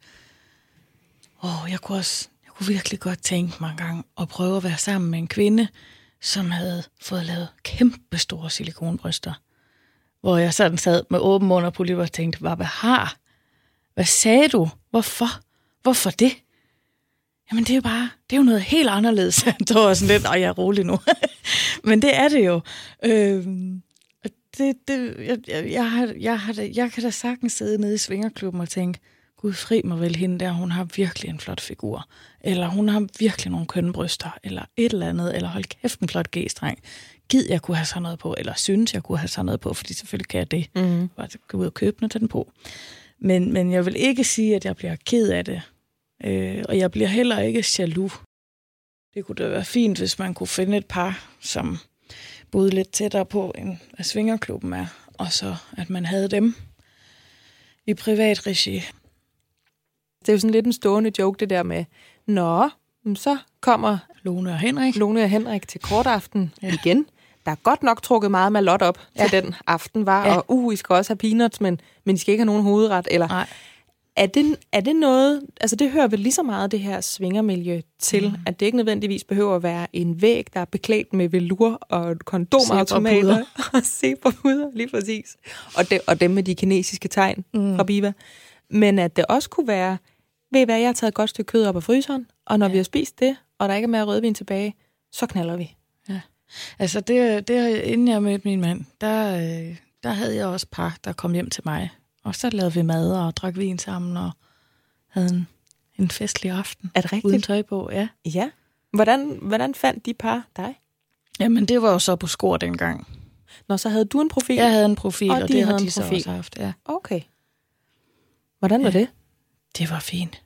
åh, jeg kunne også, jeg kunne virkelig godt tænke mig en gang at prøve at være sammen med en kvinde, som havde fået lavet kæmpe store silikonbryster. Hvor jeg sådan sad med åben mund og polyp og tænkte, hvad har? Hvad sagde du? Hvorfor? Hvorfor det? Jamen det er jo bare, det er jo noget helt anderledes. Det var sådan lidt, og jeg er rolig nu. Men det er det jo. Øhm, det, det, jeg, jeg, jeg, har, jeg, har, jeg kan da sagtens sidde nede i svingerklubben og tænke, gud fri mig vel hende der, hun har virkelig en flot figur. Eller hun har virkelig nogle kønne bryster. Eller et eller andet. Eller hold kæft en flot g-streng. Gid jeg kunne have sådan noget på. Eller synes jeg kunne have sådan noget på, fordi selvfølgelig kan jeg det. Mm-hmm. Bare gå ud og købe noget til den på. Men, men jeg vil ikke sige, at jeg bliver ked af det. Øh, og jeg bliver heller ikke jaloux. Det kunne da være fint, hvis man kunne finde et par, som boede lidt tættere på, end hvad svingerklubben er. Og så, at man havde dem i privat regi. Det er jo sådan lidt en stående joke, det der med, nå, så kommer Lone og Henrik. Lone og Henrik til kortaften ja. igen. Der er godt nok trukket meget malot op ja. til den aften, var, ja. og uh, I skal også have peanuts, men, men I skal ikke have nogen hovedret. Eller, nej. Er det, er det noget, altså det hører vel lige så meget det her svingermiljø til, mm. at det ikke nødvendigvis behøver at være en væg, der er beklædt med velur og kondomautomater og zebrapuder, lige præcis. Og, det, og dem med de kinesiske tegn mm. fra Biva. Men at det også kunne være, ved I hvad, jeg har taget et godt stykke kød op af fryseren, og når ja. vi har spist det, og der ikke er mere rødvin tilbage, så knalder vi. Ja. Altså det, det inden jeg mødte min mand, der, der havde jeg også par, der kom hjem til mig. Og så lavede vi mad og drak vin sammen og havde en, en festlig aften. Er det rigtigt? Uden tøj på, ja. Ja. Hvordan, hvordan fandt de par dig? Jamen, det var jo så på Skor dengang. Nå, så havde du en profil? Jeg havde en profil, og, og og de det havde har de en så profil. også haft, ja. Okay. Hvordan var ja. det? Det var fint.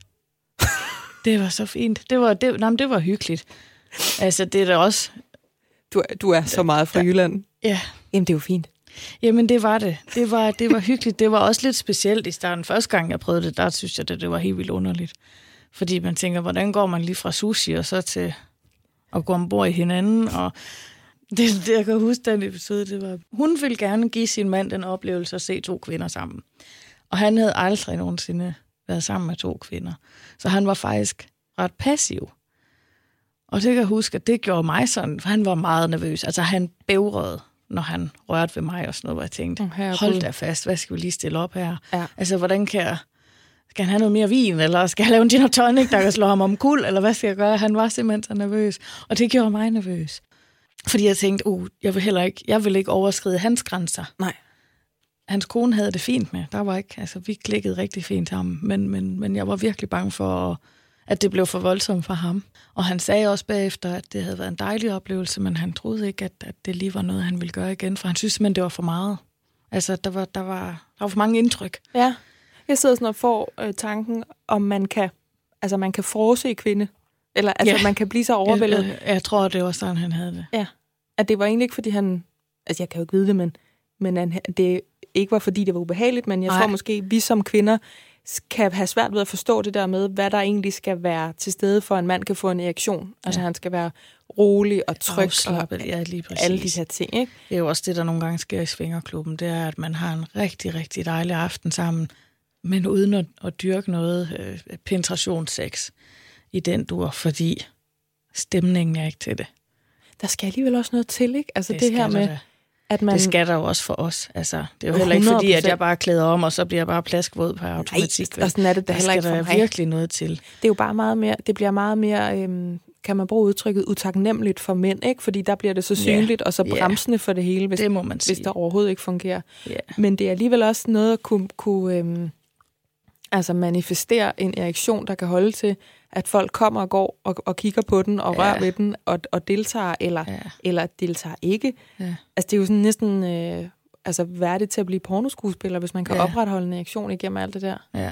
Det var så fint. Det var, det, nej, det var hyggeligt. Altså, det er da også... Du, du er så meget fra Jylland. Ja. Jamen, det er jo fint. Jamen, det var det. Det var, det var hyggeligt. Det var også lidt specielt i starten. Første gang, jeg prøvede det, der synes jeg, det, det var helt vildt underligt. Fordi man tænker, hvordan går man lige fra sushi og så til at gå ombord i hinanden? Og det, det, jeg kan huske den episode, det var... Hun ville gerne give sin mand den oplevelse at se to kvinder sammen. Og han havde aldrig nogensinde været sammen med to kvinder. Så han var faktisk ret passiv. Og det kan jeg huske, at det gjorde mig sådan, for han var meget nervøs. Altså, han bævrede, når han rørte ved mig og sådan noget, hvor jeg tænkte, oh, hold da fast, hvad skal vi lige stille op her? Ja. Altså, hvordan kan jeg... Skal han have noget mere vin, eller skal jeg lave en gin og tonic, der kan slå ham om kul, eller hvad skal jeg gøre? Han var simpelthen så nervøs, og det gjorde mig nervøs. Fordi jeg tænkte, uh, jeg vil heller ikke, jeg vil ikke overskride hans grænser. Nej. Hans kone havde det fint med. Der var ikke, altså, vi klikkede rigtig fint sammen, men, men, men jeg var virkelig bange for, at det blev for voldsomt for ham. Og han sagde også bagefter, at det havde været en dejlig oplevelse, men han troede ikke, at, at det lige var noget, han ville gøre igen, for han synes simpelthen, det var for meget. Altså, der var, der var, der var for mange indtryk. Ja. Jeg sidder sådan og får øh, tanken, om man kan, altså man kan frose i kvinde, eller altså ja. man kan blive så overvældet. Jeg, jeg, jeg tror, det var sådan, han havde det. Ja, at det var egentlig ikke, fordi han, altså jeg kan jo ikke vide det, men, men han, det ikke var, fordi det var ubehageligt, men jeg Nej. tror måske, vi som kvinder kan have svært ved at forstå det der med, hvad der egentlig skal være til stede, for en mand kan få en erektion. Altså ja. han skal være rolig og tryg og ja, lige præcis. alle de her ting. Ikke? Det er jo også det, der nogle gange sker i svingerklubben, det er, at man har en rigtig, rigtig dejlig aften sammen, men uden at, at dyrke noget øh, penetrationssex i den dur, fordi stemningen er ikke til det. Der skal alligevel også noget til, ikke? Altså det, det her med, da. at man... Det skal der jo også for os. Altså, det er jo heller ikke fordi, hundrede procent at jeg bare klæder om, og så bliver jeg bare plaskvåd per automatik. Nej, og sådan er det da heller ikke for mig. Der skal virkelig noget til. Det er jo bare meget mere, det bliver meget mere, øhm, kan man bruge udtrykket, utaknemmeligt for mænd, ikke? Fordi der bliver det så synligt, yeah. og så bremsende yeah. for det hele, hvis, det må man sige. hvis der overhovedet ikke fungerer. Yeah. Men det er alligevel også noget at kunne... kunne øhm, altså manifestere en erektion, der kan holde til, at folk kommer og går og, og kigger på den og ja. rører ved den og, og deltager, eller, ja. eller deltager ikke. Ja. Altså det er jo sådan næsten øh, altså værdigt til at blive pornoskuespiller, hvis man kan ja. opretholde en erektion igennem alt det der. Ja.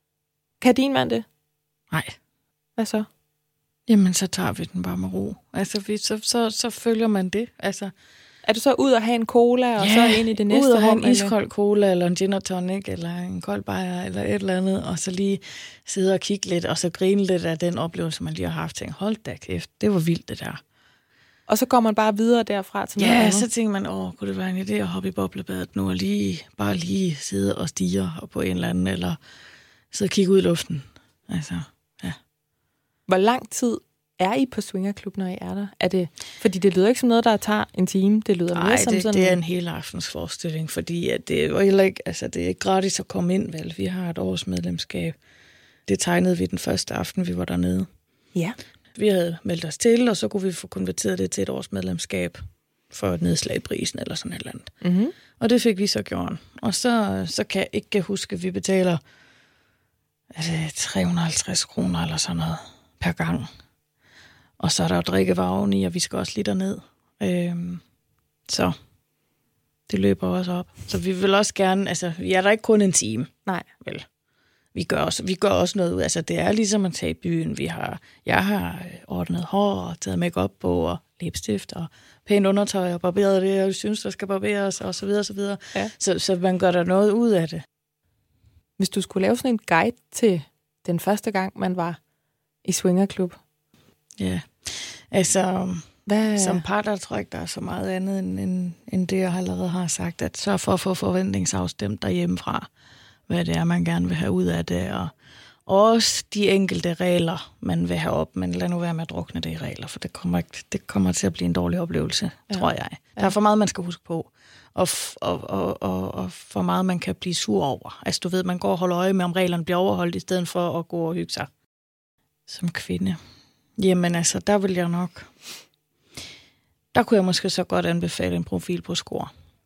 Kan din mand det? Nej. Hvad så? Jamen, så tager vi den bare med ro. Altså, vi, så, så, så følger man det. Altså... Er du så ud og have en cola, og ja, så ind i det næste ud og have rum, en iskold cola, eller en gin og tonic, eller en kold bajer, eller et eller andet, og så lige sidde og kigge lidt, og så grine lidt af den oplevelse, man lige har haft. Tænk, hold da kæft, det var vildt det der. Og så går man bare videre derfra til noget Ja, andet. så tænker man, åh, kunne det være en idé at hoppe i boblebadet nu, og lige, bare lige sidde og stige på en eller anden, eller sidde og kigge ud i luften. Altså, ja. Hvor lang tid er I på swingerklub, når I er der? Er det, fordi det lyder ikke som noget, der tager en time. Det lyder mere Nej, som det, sådan... det er en hel aftens forestilling, fordi at det er jo heller ikke, altså, det er ikke gratis at komme ind, vel? Vi har et års medlemskab. Det tegnede vi den første aften, vi var dernede. Ja. Vi havde meldt os til, og så kunne vi få konverteret det til et års medlemskab for et nedslag i prisen eller sådan et eller andet. Mm-hmm. Og det fik vi så gjort. Og så, så kan jeg ikke huske, at vi betaler er det tre hundrede og halvtreds kroner eller sådan noget per gang. Og så er der jo drikkevarer oveni, og vi skal også lige derned. Øhm, så det løber også op. Så vi vil også gerne, altså vi er der ikke kun en time. Nej. Vel. Vi gør, også, vi gør også noget ud. Altså, det er ligesom at tage i byen. Vi har, jeg har ordnet hår og taget make-up på og læbstift og pænt undertøj og barberet det, og jeg synes, der skal barberes og så videre, så videre. Ja. Så, så man gør der noget ud af det. Hvis du skulle lave sådan en guide til den første gang, man var i swingerklub. Ja, altså Hvad? som par, der tror jeg ikke, der er så meget andet end, end, end det, jeg allerede har sagt, at sørg for at få forventningsafstemt derhjemmefra, hvad det er, man gerne vil have ud af det, og også de enkelte regler, man vil have op, men lad nu være med at drukne det i regler, for det kommer, ikke, det kommer til at blive en dårlig oplevelse, ja. tror jeg. Der er for meget, man skal huske på, og, f- og, og, og, og for meget, man kan blive sur over. Altså du ved, man går og holder øje med, om reglerne bliver overholdt, i stedet for at gå og hygge sig som kvinde. Jamen altså, der vil jeg nok... Der kunne jeg måske så godt anbefale en profil på Score.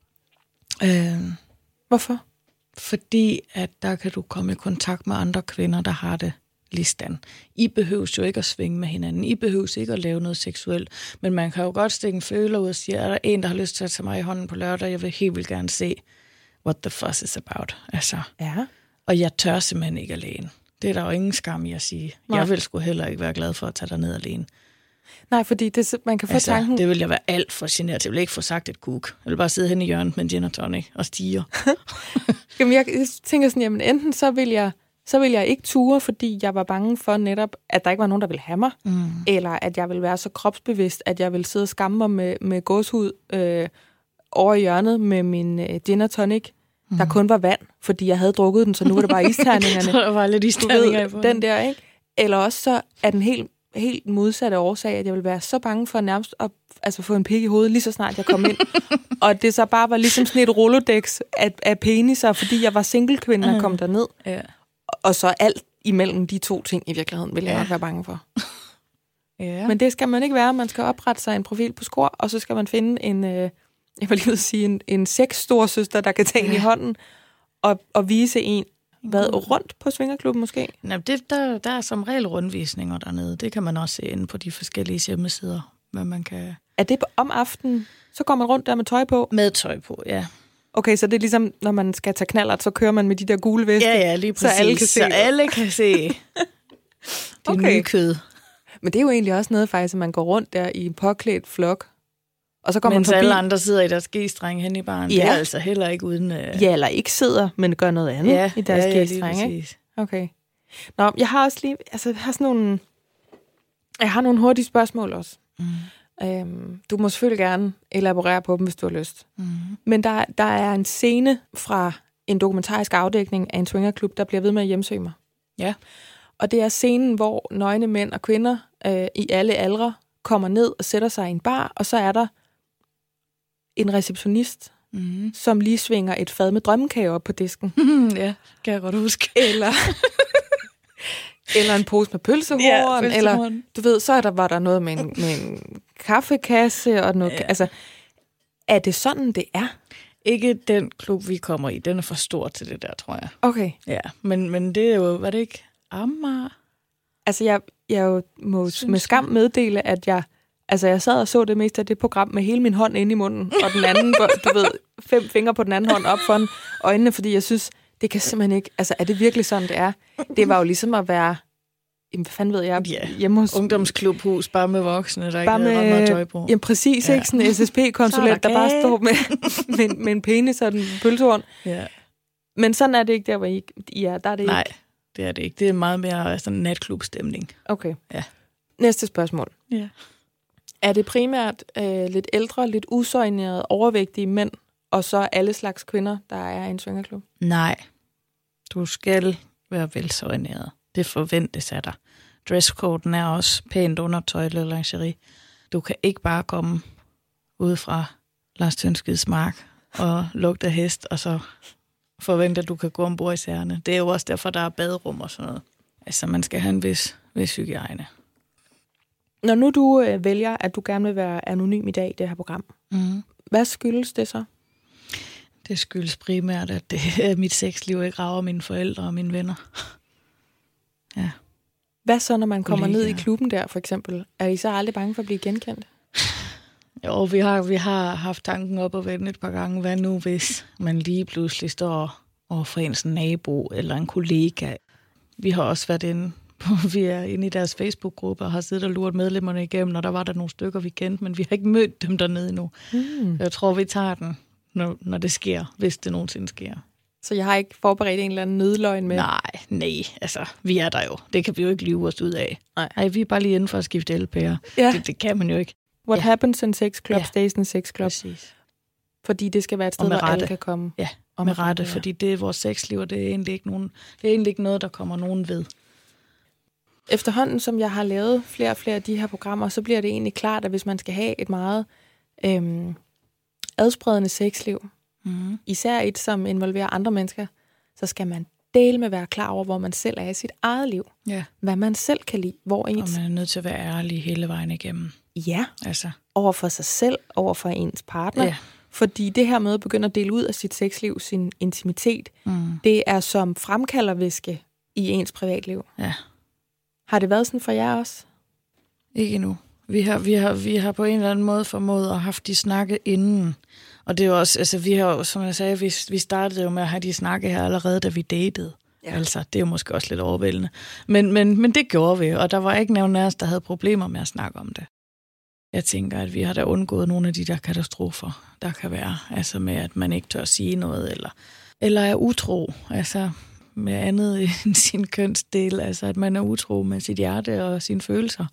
Øh, Hvorfor? Fordi at der kan du komme i kontakt med andre kvinder, der har det listan. I behøves jo ikke at svinge med hinanden. I behøves ikke at lave noget seksuelt. Men man kan jo godt stikke en føler ud og sige, er der en, der har lyst til at tage mig i hånden på lørdag? Jeg vil helt vildt gerne se, what the fuss is about. Altså. Ja. Og jeg tør simpelthen ikke alene. Det er der jo ingen skam i at sige. Nej. Jeg vil sgu heller ikke være glad for at tage dig ned alene. Nej, fordi det, man kan få Altså, tanken... det vil jeg være alt for generet. Jeg vil ikke få sagt et kuk. Jeg vil bare sidde hen i hjørnet med en gin og tonic og stiger. Jamen, jeg, jeg tænker sådan, jamen enten så vil jeg, så vil jeg ikke ture, fordi jeg var bange for netop, at der ikke var nogen, der ville have mig, Mm. eller at jeg ville være så kropsbevidst, at jeg ville sidde og skamme mig med, med gåshud øh, over i hjørnet med min øh, gin og tonic, mm. der kun var vand, fordi jeg havde drukket den, så nu var det bare isterningerne. Så der var lidt isterninger i på den der, ikke? Eller også så er den helt, helt modsatte årsag, at jeg ville være så bange for nærmest at altså få en pik i hovedet, lige så snart jeg kom ind. Og det så bare var ligesom sådan et rolodex af, af peniser, fordi jeg var single-kvinde og kom derned. Ja. Og så alt imellem de to ting i virkeligheden ville jeg Ja. nok være bange for. Ja. Men det skal man ikke være. Man skal oprette sig en profil på Score, og så skal man finde en, øh, jeg vil lige sige, en, en seks-storsøster, der kan tage en i hånden og, og vise en, hvad, rundt på swingerklubben måske? Nå, det, der, der er som regel rundvisninger dernede. Det kan man også se inde på de forskellige hjemmesider, hvad man kan... Er det på- om aftenen? Så går man rundt der med tøj på? Med tøj på, ja. Okay, så det er ligesom, når man skal tage knallert, så kører man med de der gule veste? Ja, ja, lige præcis. Så alle kan se, så alle kan se det Okay. nye kød. Men det er jo egentlig også noget faktisk, at man går rundt der i en påklædt flok, og så går Mens man forbi... alle andre sidder i deres g-streng hen i baren. Ja. Det er altså heller ikke uden... Uh... Ja, eller ikke sidder, men gør noget andet ja, i deres ja, ja, lige g-streng, ikke? præcis. Okay. Nå, jeg har også lige... Altså, jeg har sådan nogle... Jeg har nogle hurtige spørgsmål også. Mm. Øhm, du må selvfølgelig gerne elaborere på dem, hvis du har lyst. Mm. Men der, der er en scene fra en dokumentarisk afdækning af en swingerklub, der bliver ved med at hjemsøge mig. Ja. Og det er scenen, hvor nøgne mænd og kvinder øh, i alle aldre kommer ned og sætter sig i en bar, og så er der en receptionist, Mm. som lige svinger et fad med drømmekage op på disken. Ja, kan jeg godt huske. Eller, eller en pose med pølsehorn, Ja, eller pølsehorn. du ved, så er der, var der noget med en, med en kaffekasse, og noget, Ja. altså, er det sådan, det er? Ikke den klub, vi kommer i. Den er for stor til det der, tror jeg. Okay. Ja, men, men det er jo, var det ikke Amager? Altså, jeg, jeg jo må Synes med skam meddele, at jeg, altså, jeg sad og så det meste af det program med hele min hånd inde i munden, og den anden, hvor, du ved, fem fingre på den anden hånd op for øjnene, fordi jeg synes, det kan simpelthen ikke, altså, er det virkelig sådan, det er? Det var jo ligesom at være, jamen, hvad fanden ved jeg, Ja, hjemme hos... ungdomsklubhus, bare med voksne, der Bare ikke havde ret meget tøj på. Jamen præcis, Ja. ikke? Sådan en S S P-konsulent, Så der, er der bare kage. står med, med, med en penis og en pølsehorn. Ja. Men sådan er det ikke der, hvor I, I er. Der er det Nej, ikke. det er det ikke. Det er meget mere sådan natklubstemning. Okay. Ja. Næste spørgsmål. Ja. Er det primært øh, lidt ældre, lidt usøjnerede, overvægtige mænd, og så alle slags kvinder, der er i en swingerklub? Nej. Du skal være velsøjneret. Det forventes af dig. Dresscoden er også pænt undertøj eller lingerie. Du kan ikke bare komme ud fra Lars Tønskids mark og lugte af hest, og så forvente, at du kan gå ombord i særne. Det er jo også derfor, der er baderum og sådan noget. Altså, man skal have en vis, vis hygiejne. Når nu du øh, vælger, at du gerne vil være anonym i dag i det her program, mm. hvad skyldes det så? Det skyldes primært, at det er mit sexliv ikke rager mine forældre og mine venner. Ja. Hvad så, når man kommer Kollegaer. ned i klubben der, for eksempel? Er I så aldrig bange for at blive genkendt? Jo, vi har, vi har haft tanken op og vende et par gange. Hvad nu, hvis man lige pludselig står over for ens nabo eller en kollega? Vi har også været inde, vi er inde i deres Facebook-gruppe og har siddet og luret medlemmerne igennem, og der var der nogle stykker, vi kendte, men vi har ikke mødt dem dernede endnu. Mm. Jeg tror, vi tager den, når, når det sker, hvis det nogensinde sker. Så jeg har ikke forberedt en eller anden nødløgn med? Nej, nej, altså, vi er der jo. Det kan vi jo ikke lyve os ud af. Nej, Ej, vi er bare lige inde for at skifte L P'er. Ja. Det, det kan man jo ikke. What ja. happens in sex club, Ja. stays in sex club. Præcis. Fordi det skal være et sted, hvor alle kan komme. Ja, og med rette, ja. fordi det er vores sexliv, og det er egentlig ikke, nogen, det er egentlig ikke noget, der kommer nogen ved. Efterhånden, som jeg har lavet flere og flere af de her programmer, så bliver det egentlig klart, at hvis man skal have et meget øhm, adspredende sexliv, mm. især et, som involverer andre mennesker, så skal man dele med at være klar over, hvor man selv er i sit eget liv. Ja. Hvad man selv kan lide. Hvor ens... Og man er nødt til at være ærlig hele vejen igennem. Ja, altså. Over for sig selv, over for ens partner. Ja. Fordi det her med at begynde at dele ud af sit sexliv, sin intimitet, mm. det er som fremkaldervæske i ens privatliv. Ja. Har det været sådan for jer også? Ikke endnu. Vi har, vi har, vi har på en eller anden måde formået at have de snakke inden. Og det er jo også, altså vi har jo, som jeg sagde, vi, vi startede jo med at have de snakke her allerede, da vi datede. Ja. Altså, det er jo måske også lidt overvældende. Men, men, men det gjorde vi, og der var ikke nogen af os, der havde problemer med at snakke om det. Jeg tænker, at vi har da undgået nogle af de der katastrofer, der kan være. Altså med, at man ikke tør sige noget, eller, eller er utro. Altså med andet end sin kønsdel. Altså at man er utro med sit hjerte og sine følelser.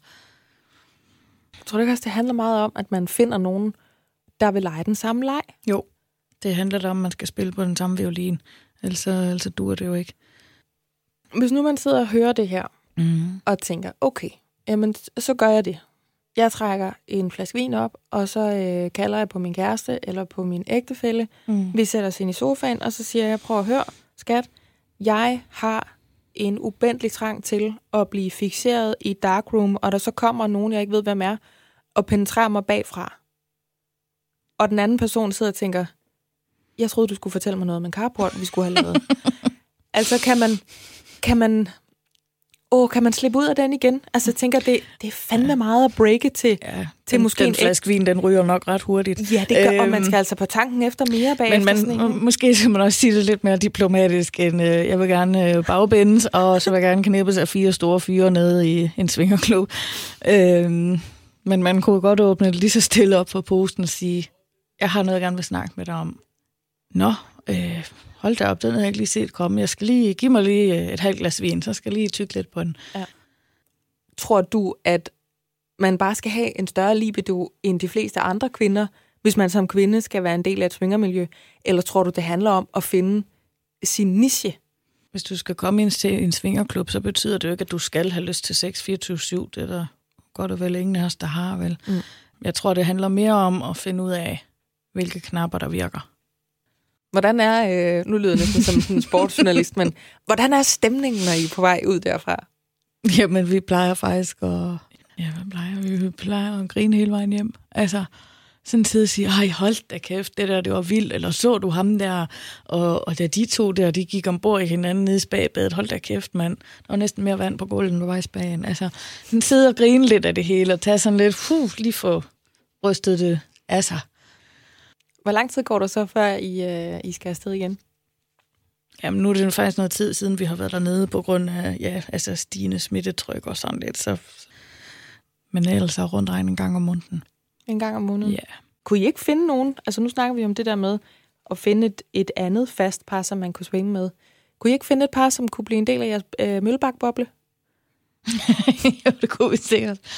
Jeg tror ikke også, det handler meget om, at man finder nogen, der vil lege den samme leg? Jo, det handler om, at man skal spille på den samme violin. Ellers, ellers duer det jo ikke. Hvis nu man sidder og hører det her, mm. og tænker, okay, jamen, så gør jeg det. Jeg trækker en flaske vin op, og så øh, kalder jeg på min kæreste eller på min ægtefælle. Mm. Vi sætter os ind i sofaen, og så siger jeg, prøv at høre, skat, jeg har en ubændelig trang til at blive fikseret i et darkroom, og der så kommer nogen, jeg ikke ved, hvem er, og penetrerer mig bagfra. Og den anden person sidder og tænker, jeg troede, du skulle fortælle mig noget om en carport, vi skulle have lavet. Altså, kan man... Kan man Åh, kan man slippe ud af den igen? Altså, jeg tænker, det, det er fandme ja. meget at breake til, ja, til den, måske den en flaske vin, den ryger nok ret hurtigt. Ja, det gør, øhm, og man skal øhm, altså på tanken efter mere bagefter. Men man, sådan en, måske skal man også sige det lidt mere diplomatisk, end øh, jeg vil gerne øh, bagbindes, og så vil jeg gerne knippes af fire store fyre nede i en swingerklub. Øhm, men man kunne godt åbne lige så stille op for posten og sige, jeg har noget, jeg gerne vil snakke med dig om. Nå, øh, hold da op, den har jeg ikke lige set komme. Jeg skal lige, give mig lige et halvt glas vin, så skal jeg lige tykke lidt på den. Ja. Tror du, at man bare skal have en større libido end de fleste andre kvinder, hvis man som kvinde skal være en del af et swingermiljø? Eller tror du, det handler om at finde sin niche? Hvis du skal komme ind til en swingerklub, så betyder det jo ikke, at du skal have lyst til sex fireogtyve syv. Det er der godt og vel ingen af os, der har vel. Mm. Jeg tror, det handler mere om at finde ud af, hvilke knapper, der virker. Hvordan er, øh, nu lyder det næsten som en sportsjournalist, men hvordan er stemningen, når I er på vej ud derfra? Jamen, vi plejer faktisk at, ja, hvad plejer vi? Vi plejer at grine hele vejen hjem. Altså, sådan tid og sige, ej, hold da kæft, det der, det var vildt, eller så du ham der, og, og da de to der, de gik ombord i hinanden nede i spagbadet, hold da kæft, mand, der var næsten mere vand på gulvet, end der var i spagen. Altså, sådan sidde og grine lidt af det hele, og tage sådan lidt, huh, lige få rystet det af sig. Hvor lang tid går der så, før I, øh, I skal afsted igen? Jamen, nu er det faktisk noget tid siden, vi har været dernede på grund af ja, altså stigende smittetryk og sådan lidt. Så... Men ellers er rundt regn en gang om måneden. En gang om måneden? Ja. Kunne I ikke finde nogen? Altså, nu snakker vi om det der med at finde et, et andet fast par, som man kunne swinge med. Kunne I ikke finde et par, som kunne blive en del af jeres øh, møllebakboble? Jo, det kunne vi sikkert.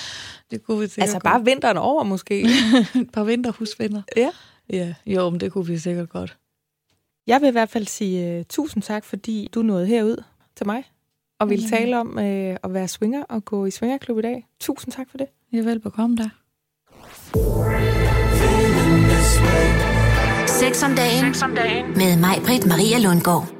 Det kunne vi sikkert Altså godt. bare vinteren over måske. Et par vinterhusvenner. Ja. Ja, jo, men det kunne vi sikkert godt. Jeg vil i hvert fald sige uh, tusind tak, fordi du nåede herud til mig og ville Jamen. tale om uh, at være swinger og gå i swingerklub i dag. Tusind tak for det. Jeg er velbekomme der. Sex om dagen med mig, Britt Maria Lundgaard.